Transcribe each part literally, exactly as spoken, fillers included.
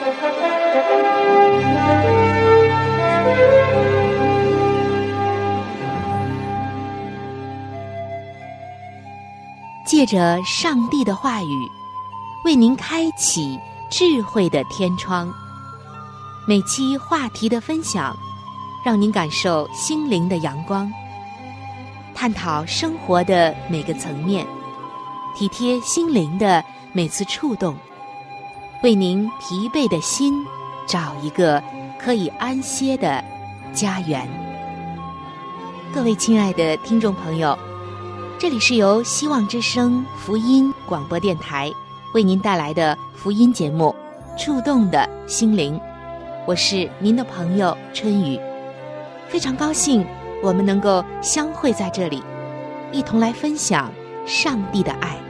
借着上帝的话语，为您开启智慧的天窗。每期话题的分享，让您感受心灵的阳光，探讨生活的每个层面，体贴心灵的每次触动，为您疲惫的心找一个可以安歇的家园。各位亲爱的听众朋友，这里是由希望之声福音广播电台为您带来的福音节目《触动的心灵》，我是您的朋友春雨，非常高兴我们能够相会在这里，一同来分享上帝的爱。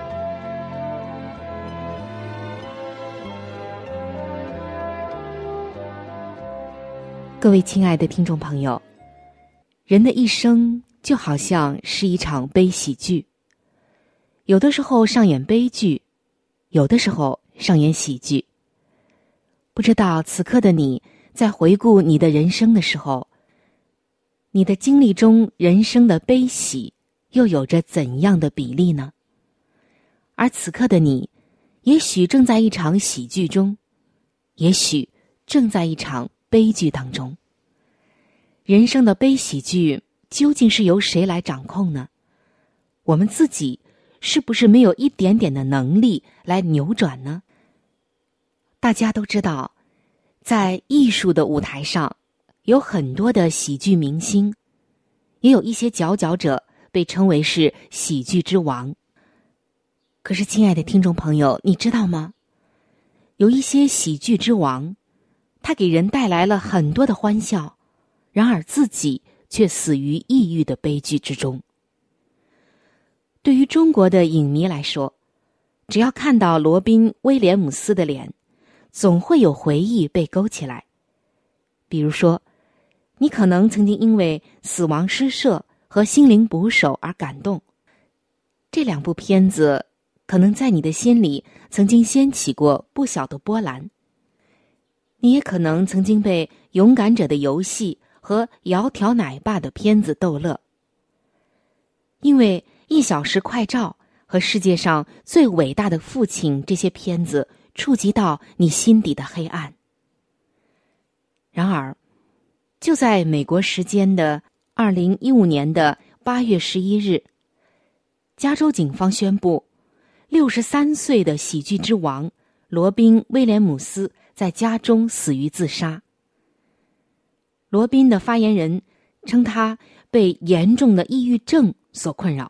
各位亲爱的听众朋友，人的一生就好像是一场悲喜剧，有的时候上演悲剧，有的时候上演喜剧。不知道此刻的你在回顾你的人生的时候，你的经历中人生的悲喜又有着怎样的比例呢？而此刻的你，也许正在一场喜剧中，也许正在一场悲剧当中。人生的悲喜剧究竟是由谁来掌控呢？我们自己是不是没有一点点的能力来扭转呢？大家都知道，在艺术的舞台上，有很多的喜剧明星，也有一些佼佼者被称为是喜剧之王。可是亲爱的听众朋友，你知道吗？有一些喜剧之王，他给人带来了很多的欢笑，然而自己却死于抑郁的悲剧之中。对于中国的影迷来说，只要看到罗宾·威廉姆斯的脸，总会有回忆被勾起来。比如说，你可能曾经因为《死亡诗社》和《心灵捕手》而感动，这两部片子可能在你的心里曾经掀起过不小的波澜。你也可能曾经被《勇敢者的游戏》和窈窕奶爸的片子逗乐，因为一小时快照和世界上最伟大的父亲这些片子触及到你心底的黑暗。然而，就在美国时间的二零一五年的八月十一日，加州警方宣布，六十三岁的喜剧之王罗宾·威廉姆斯在家中死于自杀。罗宾的发言人称他被严重的抑郁症所困扰。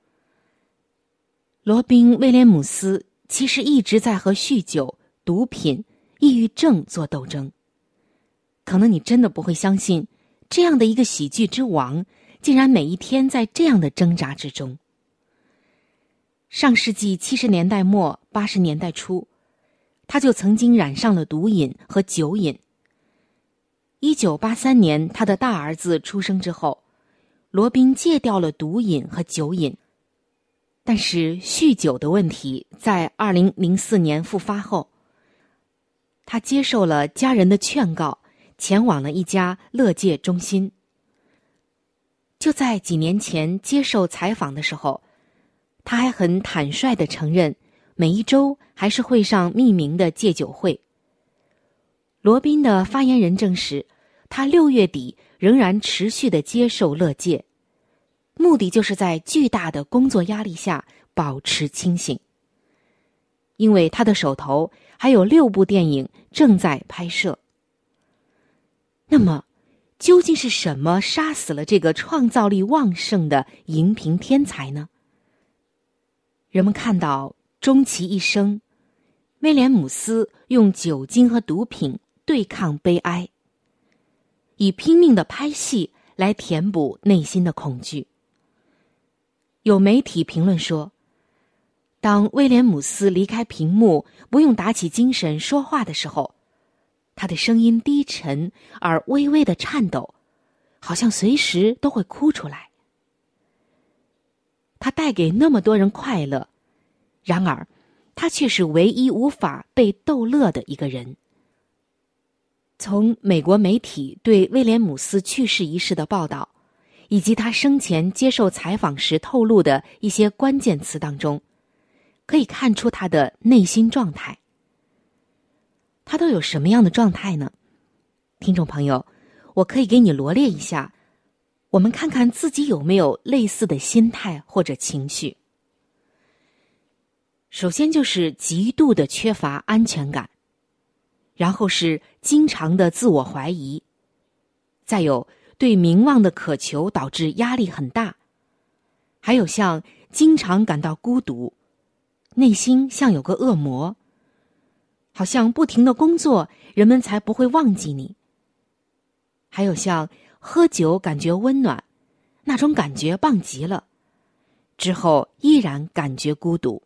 罗宾·威廉姆斯其实一直在和酗酒、毒品、抑郁症做斗争。可能你真的不会相信，这样的一个喜剧之王，竟然每一天在这样的挣扎之中。上世纪七十年代末、八十年代初，他就曾经染上了毒瘾和酒瘾。一九八三年，他的大儿子出生之后，罗宾戒掉了毒瘾和酒瘾，但是酗酒的问题在二零零四年复发后，他接受了家人的劝告，前往了一家乐戒中心。就在几年前接受采访的时候，他还很坦率地承认，每一周还是会上匿名的戒酒会。罗宾的发言人证实，他六月底仍然持续地接受乐戒，目的就是在巨大的工作压力下保持清醒。因为他的手头还有六部电影正在拍摄。那么，究竟是什么杀死了这个创造力旺盛的荧屏天才呢？人们看到，终其一生，威廉姆斯用酒精和毒品对抗悲哀，以拼命的拍戏来填补内心的恐惧。有媒体评论说，当威廉姆斯离开屏幕，不用打起精神说话的时候，他的声音低沉而微微的颤抖，好像随时都会哭出来。他带给那么多人快乐，然而他却是唯一无法被逗乐的一个人， 从美国媒体对威廉姆斯去世一事的报道，以及他生前接受采访时透露的一些关键词当中，可以看出他的内心状态。他都有什么样的状态呢？听众朋友，我可以给你罗列一下，我们看看自己有没有类似的心态或者情绪。首先就是极度的缺乏安全感，然后是经常的自我怀疑，再有对名望的渴求导致压力很大，还有像经常感到孤独，内心像有个恶魔，好像不停的工作人们才不会忘记你，还有像喝酒感觉温暖，那种感觉棒极了，之后依然感觉孤独。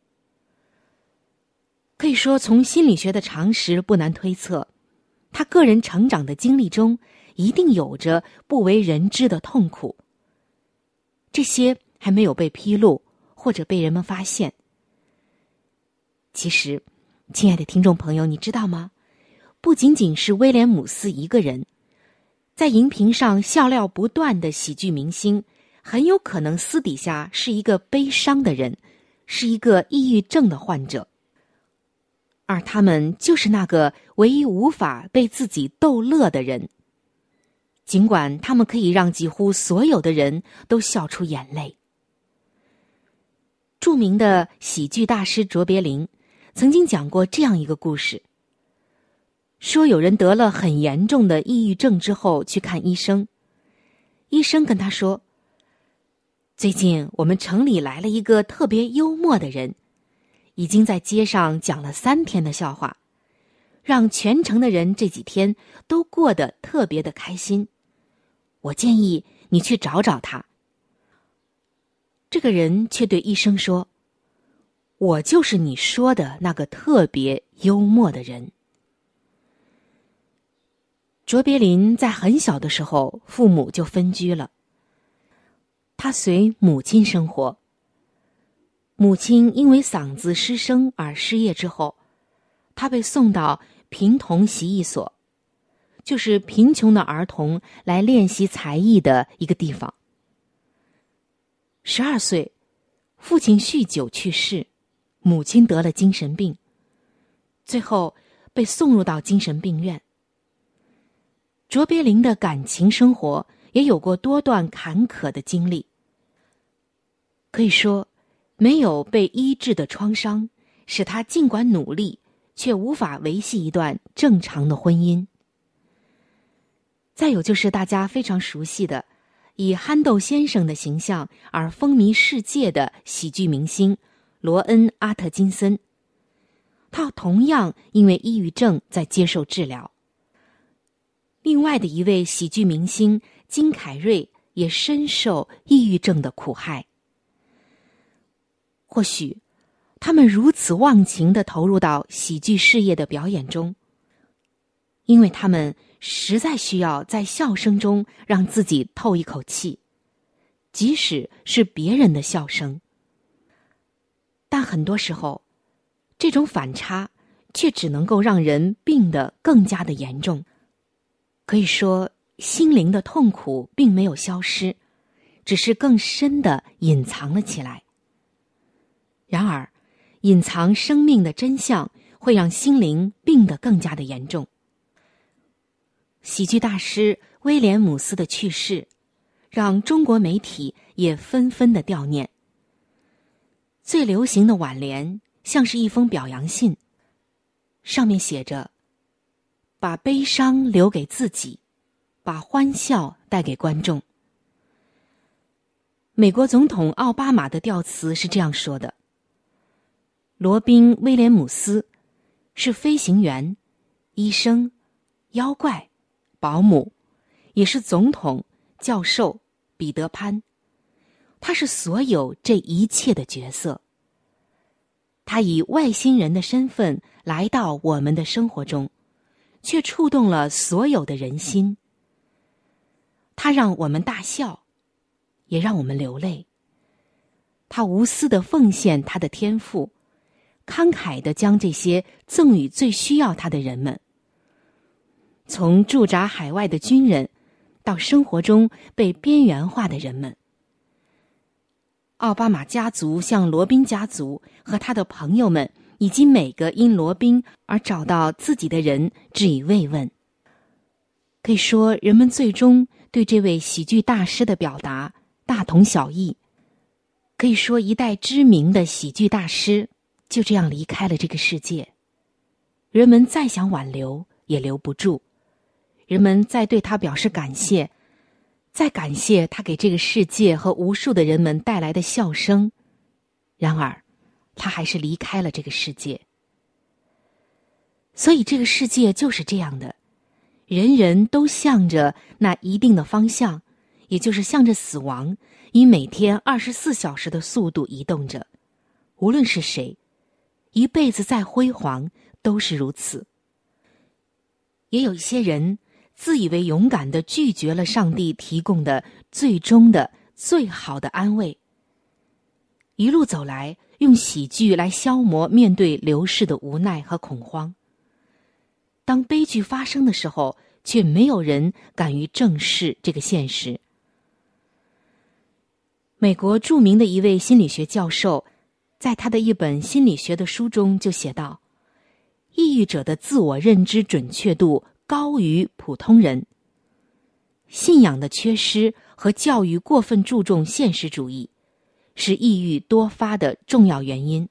可以说从心理学的常识不难推测，他个人成长的经历中一定有着不为人知的痛苦，这些还没有被披露或者被人们发现。其实亲爱的听众朋友，你知道吗？不仅仅是威廉姆斯一个人，在荧屏上笑料不断的喜剧明星，很有可能私底下是一个悲伤的人，是一个抑郁症的患者。而他们就是那个唯一无法被自己逗乐的人，尽管他们可以让几乎所有的人都笑出眼泪。著名的喜剧大师卓别林曾经讲过这样一个故事，说有人得了很严重的抑郁症之后去看医生，医生跟他说，最近我们城里来了一个特别幽默的人，已经在街上讲了三天的笑话，让全城的人这几天都过得特别的开心。我建议你去找找他。这个人却对医生说，我就是你说的那个特别幽默的人。卓别林在很小的时候，父母就分居了，他随母亲生活。母亲因为嗓子失声而失业之后，他被送到贫童习艺所，就是贫穷的儿童来练习才艺的一个地方。十二岁，父亲酗酒去世，母亲得了精神病，最后被送入到精神病院。卓别林的感情生活也有过多段坎坷的经历，可以说没有被医治的创伤，使他尽管努力，却无法维系一段正常的婚姻。再有就是大家非常熟悉的，以憨豆先生的形象而风靡世界的喜剧明星罗恩·阿特金森，他同样因为抑郁症在接受治疗。另外的一位喜剧明星金凯瑞也深受抑郁症的苦害。或许他们如此忘情地投入到喜剧事业的表演中，因为他们实在需要在笑声中让自己透一口气，即使是别人的笑声。但很多时候，这种反差却只能够让人病得更加的严重。可以说，心灵的痛苦并没有消失，只是更深地隐藏了起来。然而，隐藏生命的真相会让心灵病得更加的严重。喜剧大师威廉姆斯的去世，让中国媒体也纷纷的悼念。最流行的挽联像是一封表扬信，上面写着，把悲伤留给自己，把欢笑带给观众。美国总统奥巴马的悼词是这样说的，罗宾·威廉姆斯是飞行员、医生、妖怪、保姆，也是总统、教授、彼得潘。他是所有这一切的角色。他以外星人的身份来到我们的生活中，却触动了所有的人心。他让我们大笑，也让我们流泪。他无私地奉献他的天赋，慷慨地将这些赠予最需要他的人们。 从驻扎海外的军人到生活中被边缘化的人们。奥巴马家族向罗宾家族和他的朋友们以及每个因罗宾而找到自己的人致以慰问。可以说，人们最终对这位喜剧大师的表达大同小异。可以说，一代知名的喜剧大师就这样离开了这个世界。人们再想挽留也留不住，人们再对他表示感谢，再感谢他给这个世界和无数的人们带来的笑声，然而他还是离开了这个世界。所以这个世界就是这样的，人人都向着那一定的方向，也就是向着死亡，以每天二十四小时的速度移动着。无论是谁，一辈子再辉煌都是如此。也有一些人自以为勇敢地拒绝了上帝提供的最终的最好的安慰，一路走来，用喜剧来消磨面对流逝的无奈和恐慌。当悲剧发生的时候，却没有人敢于正视这个现实。美国著名的一位心理学教授，在他的一本心理学的书中就写道，抑郁者的自我认知准确度高于普通人。信仰的缺失和教育过分注重现实主义，是抑郁多发的重要原因。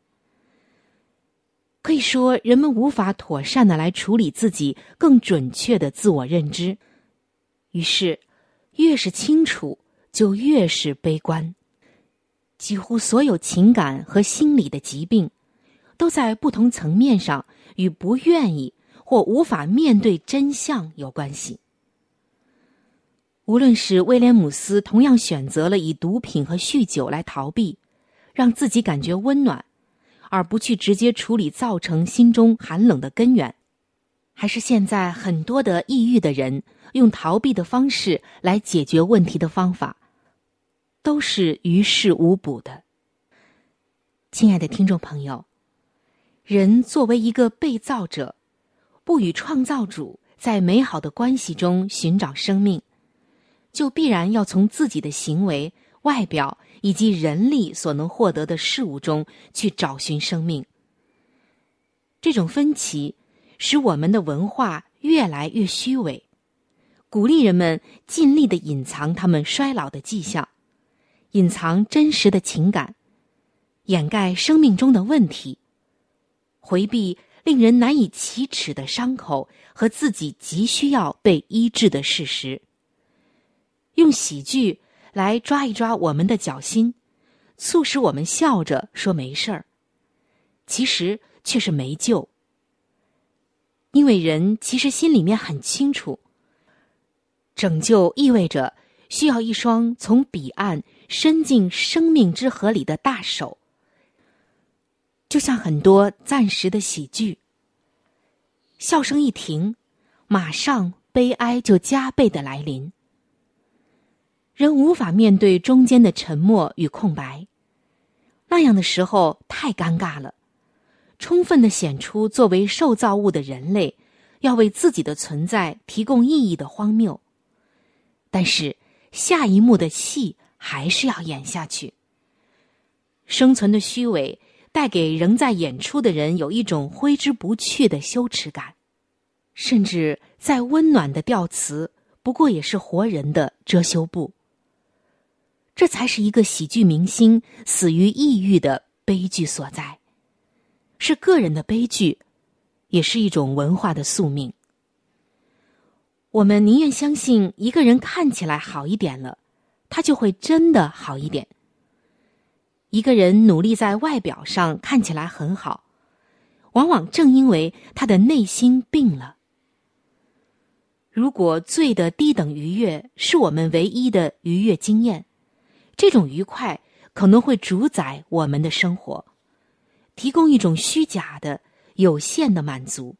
可以说，人们无法妥善地来处理自己更准确的自我认知，于是越是清楚就越是悲观。几乎所有情感和心理的疾病都在不同层面上与不愿意或无法面对真相有关系。无论是威廉姆斯同样选择了以毒品和酗酒来逃避，让自己感觉温暖，而不去直接处理造成心中寒冷的根源，还是现在很多的抑郁的人用逃避的方式来解决问题的方法，都是于事无补的。亲爱的听众朋友，人作为一个被造者，不与创造主在美好的关系中寻找生命，就必然要从自己的行为、外表以及人力所能获得的事物中去找寻生命。这种分歧使我们的文化越来越虚伪，鼓励人们尽力地隐藏他们衰老的迹象，隐藏真实的情感，掩盖生命中的问题，回避令人难以启齿的伤口和自己急需要被医治的事实，用喜剧来抓一抓我们的脚心，促使我们笑着说没事儿，其实却是没救。因为人其实心里面很清楚，拯救意味着需要一双从彼岸伸进生命之河里的大手，就像很多暂时的喜剧，笑声一停，马上悲哀就加倍的来临。人无法面对中间的沉默与空白，那样的时候太尴尬了，充分地显出作为受造物的人类要为自己的存在提供意义的荒谬。但是下一幕的戏还是要演下去。生存的虚伪带给仍在演出的人有一种挥之不去的羞耻感，甚至再温暖的调词不过也是活人的遮羞布。这才是一个喜剧明星死于抑郁的悲剧所在，是个人的悲剧，也是一种文化的宿命。我们宁愿相信一个人看起来好一点了，他就会真的好一点。一个人努力在外表上看起来很好，往往正因为他的内心病了。如果醉的低等愉悦是我们唯一的愉悦经验，这种愉快可能会主宰我们的生活，提供一种虚假的、有限的满足。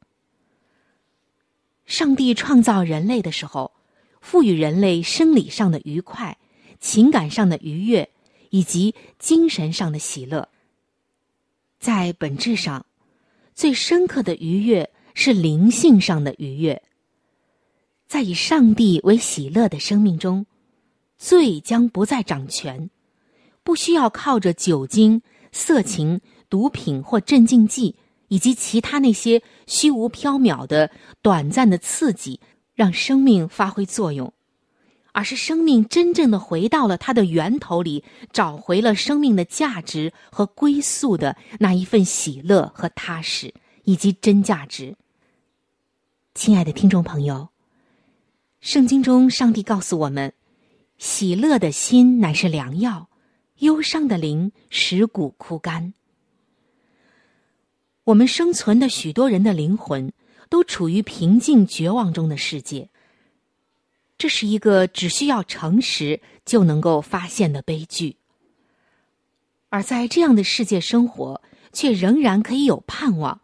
上帝创造人类的时候，赋予人类生理上的愉快、情感上的愉悦以及精神上的喜乐。在本质上，最深刻的愉悦是灵性上的愉悦， 在以上帝为喜乐的生命中，罪将不再掌权，不需要靠着酒精、色情、毒品或镇静剂以及其他那些虚无缥缈的短暂的刺激让生命发挥作用，而是生命真正的回到了它的源头里，找回了生命的价值和归宿的那一份喜乐和踏实以及真价值。亲爱的听众朋友，圣经中上帝告诉我们，喜乐的心乃是良药，忧伤的灵使骨枯干。我们生存的许多人的灵魂都处于平静绝望中的世界，这是一个只需要诚实就能够发现的悲剧。而在这样的世界生活，却仍然可以有盼望。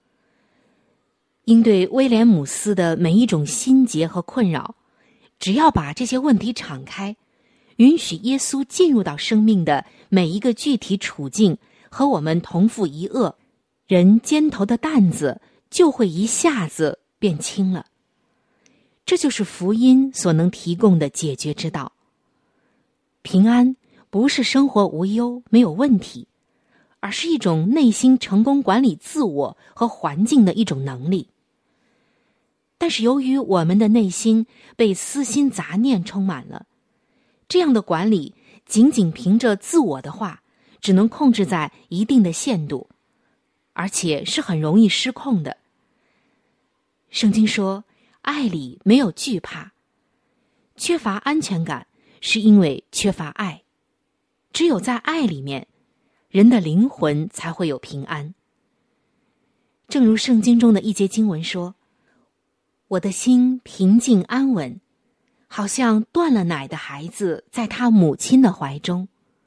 应对威廉姆斯的每一种心结和困扰，只要把这些问题敞开，允许耶稣进入到生命的每一个具体处境，和我们同负一轭，人肩头的担子就会一下子变轻了。这就是福音所能提供的解决之道。平安不是生活无忧没有问题，而是一种内心成功管理自我和环境的一种能力。但是由于我们的内心被私心杂念充满了，这样的管理仅仅凭着自我的话，只能控制在一定的限度，而且是很容易失控的。圣经说，爱里没有惧怕，缺乏安全感是因为缺乏爱。只有在爱里面，人的灵魂才会有平安。正如圣经中的一节经文说，我的心平静安稳，好像断了奶的孩子在他母亲的怀中。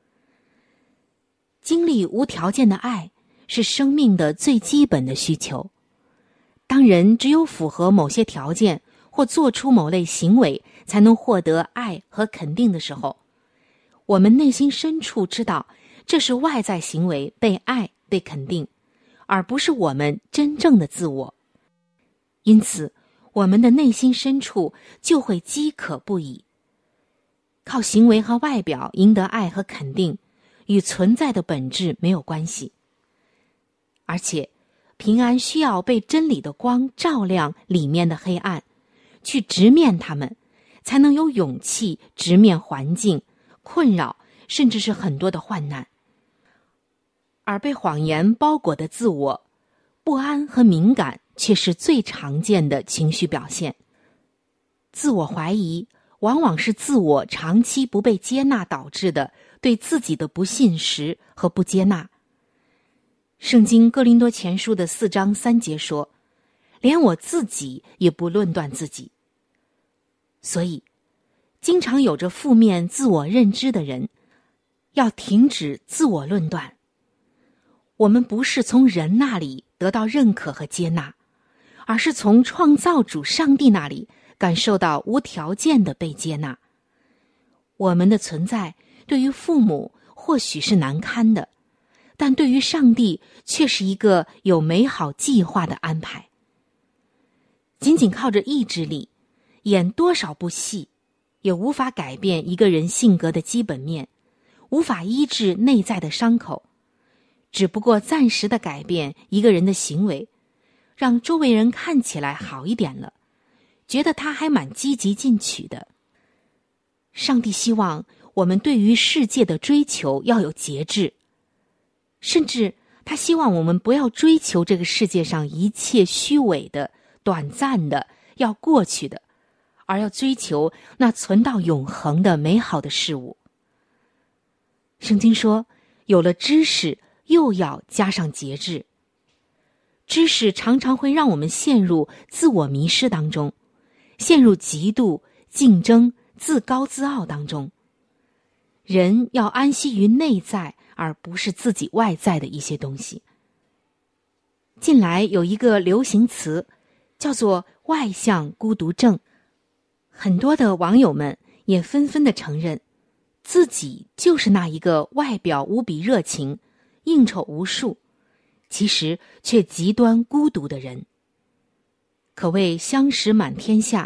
经历无条件的爱是生命的最基本的需求。当人只有符合某些条件或做出某类行为才能获得爱和肯定的时候，我们内心深处知道这是外在行为被爱被肯定，而不是我们真正的自我。因此我们的内心深处就会饥渴不已。靠行为和外表赢得爱和肯定，与存在的本质没有关系。而且平安需要被真理的光照亮里面的黑暗，去直面它们，才能有勇气直面环境、困扰，甚至是很多的患难。而被谎言包裹的自我、不安和敏感却是最常见的情绪表现。自我怀疑往往是自我长期不被接纳导致的对自己的不信实和不接纳。圣经哥林多前书的四章三节说，连我自己也不论断自己。所以经常有着负面自我认知的人要停止自我论断。我们不是从人那里得到认可和接纳，而是从创造主上帝那里感受到无条件的被接纳。我们的存在对于父母或许是难堪的，但对于上帝却是一个有美好计划的安排。仅仅靠着意志力，演多少部戏，也无法改变一个人性格的基本面，无法医治内在的伤口，只不过暂时的改变一个人的行为，让周围人看起来好一点了，觉得他还蛮积极进取的。上帝希望我们对于世界的追求要有节制，甚至他希望我们不要追求这个世界上一切虚伪的、短暂的、要过去的，而要追求那存到永恒的美好的事物。圣经说，有了知识，又要加上节制。知识常常会让我们陷入自我迷失当中，陷入嫉妒、竞争、自高自傲当中。人要安息于内在，而不是自己外在的一些东西。近来有一个流行词叫做外向孤独症，很多的网友们也纷纷地承认自己就是那一个外表无比热情、应酬无数，其实却极端孤独的人。可谓相识满天下，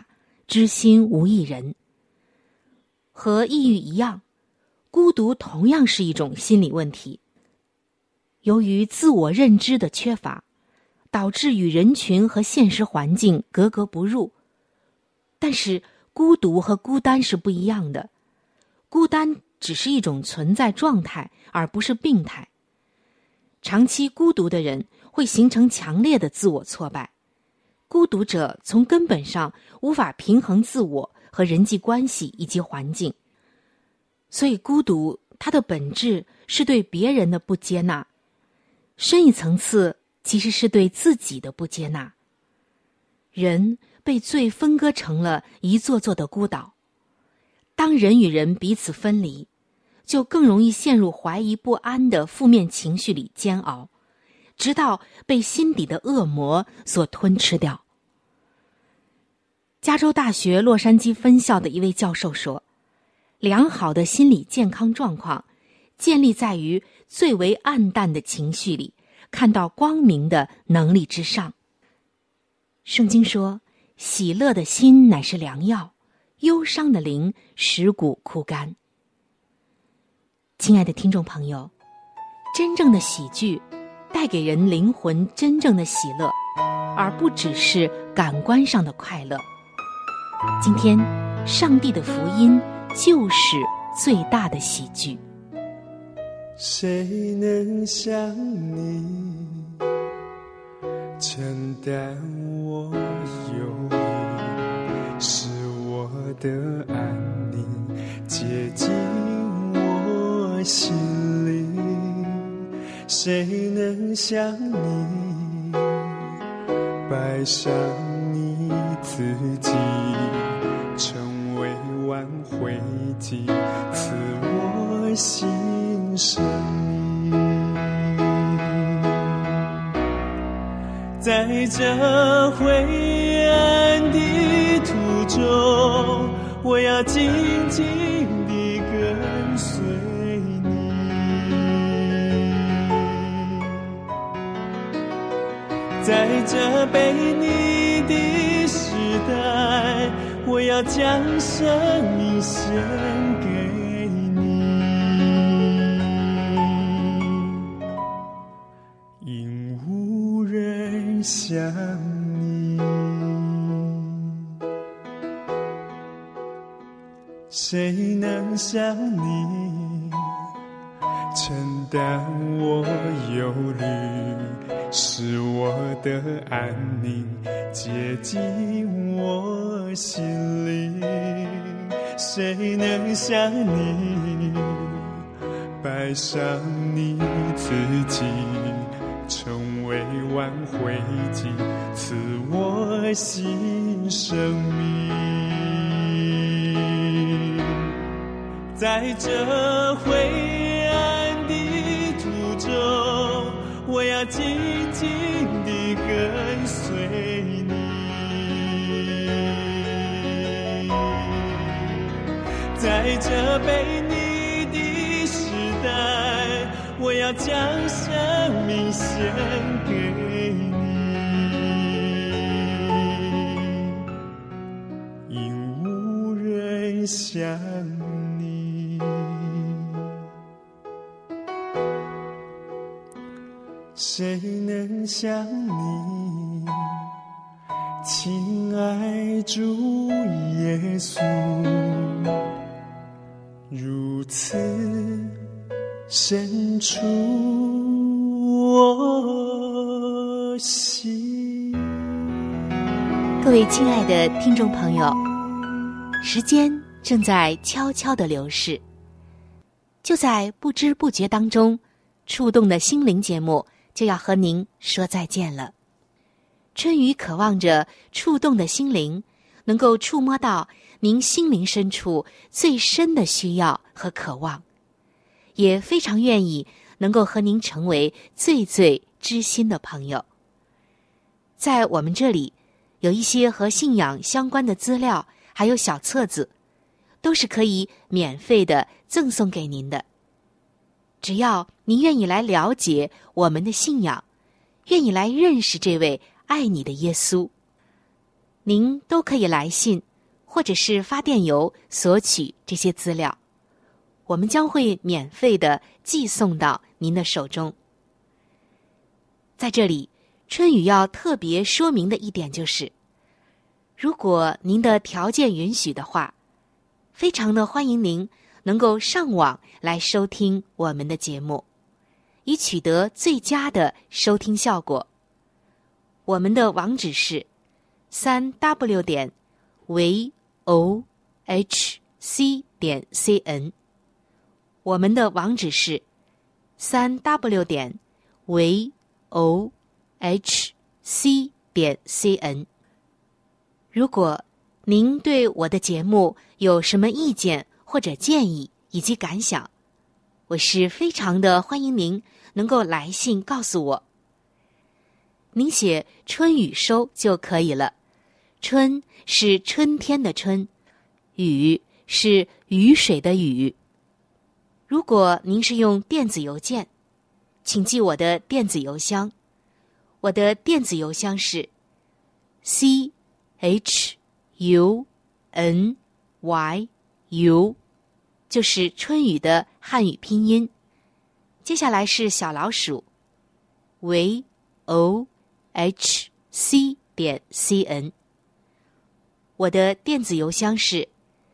知心无一人。和抑郁一样，孤独同样是一种心理问题。由于自我认知的缺乏，导致与人群和现实环境格格不入。但是孤独和孤单是不一样的，孤单只是一种存在状态，而不是病态。长期孤独的人会形成强烈的自我挫败，孤独者从根本上无法平衡自我和人际关系以及环境。所以孤独它的本质是对别人的不接纳，深一层次其实是对自己的不接纳。人被罪分割成了一座座的孤岛，当人与人彼此分离，就更容易陷入怀疑不安的负面情绪里煎熬，直到被心底的恶魔所吞吃掉。加州大学洛杉矶分校的一位教授说，良好的心理健康状况建立在于最为暗淡的情绪里看到光明的能力之上。圣经说，喜乐的心乃是良药，忧伤的灵使骨枯干。亲爱的听众朋友，真正的喜剧带给人灵魂真正的喜乐，而不只是感官上的快乐。今天上帝的福音就是最大的喜剧。 谁能像你承担我忧虑，使我的安宁接近我心里？谁能像你摆上你自己，成为挽回祭，赐我新生命？在这灰暗的途中，我要紧紧地跟随你。在这背逆的时代，我要将生命献给你，因无人像你。谁能像你承担我忧虑，使我的安宁接近我心里？谁能像你摆上你自己，成为挽回祭，赐我新生命？在这灰暗的途中，我要紧紧地跟随你。在这背逆的时代，我要将生命献给你，因无人像你。谁能像你亲爱主耶稣，如此深处我心？ 各位亲爱的听众朋友，时间正在悄悄地流逝，就在不知不觉当中，触动的心灵节目就要和您说再见了。春雨渴望着触动的心灵能够触摸到您心灵深处最深的需要和渴望，也非常愿意能够和您成为最最知心的朋友。在我们这里有一些和信仰相关的资料，还有小册子，都是可以免费的赠送给您的。只要您愿意来了解我们的信仰，愿意来认识这位爱你的耶稣，您都可以来信或者是发电邮索取这些资料，我们将会免费的寄送到您的手中。在这里，春雨要特别说明的一点就是，如果您的条件允许的话，非常的欢迎您能够上网来收听我们的节目，以取得最佳的收听效果。我们的网址是三 w 点 v o h c 点 c n， 我们的网址是三 w 点 v o h c 点 c n。 如果您对我的节目有什么意见或者建议以及感想，我是非常的欢迎您能够来信告诉我。您写春雨收就可以了，春是春天的春，雨是雨水的雨。如果您是用电子邮件，请记我的电子邮箱，我的电子邮箱是 c h u n y u， 就是春雨的汉语拼音，接下来是小老鼠 v o h c 点 c n。 我的电子邮箱是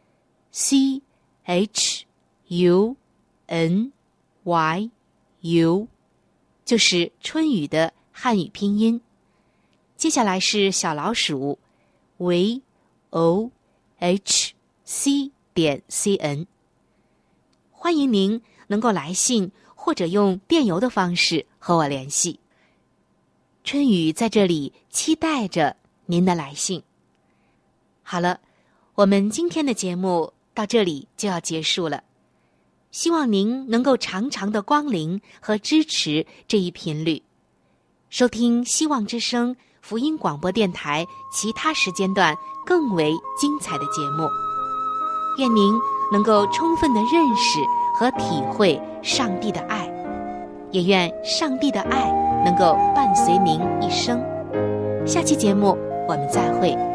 c h u n y u， 就是春雨的汉语拼音，接下来是小老鼠 v o h c 点 c n。 欢迎您能够来信或者用电邮的方式和我联系。春雨在这里期待着您的来信。好了，我们今天的节目到这里就要结束了，希望您能够常常的光临和支持这一频率，收听希望之声福音广播电台其他时间段更为精彩的节目。愿您能够充分的认识和体会上帝的爱，也愿上帝的爱能够伴随您一生。下期节目我们再会。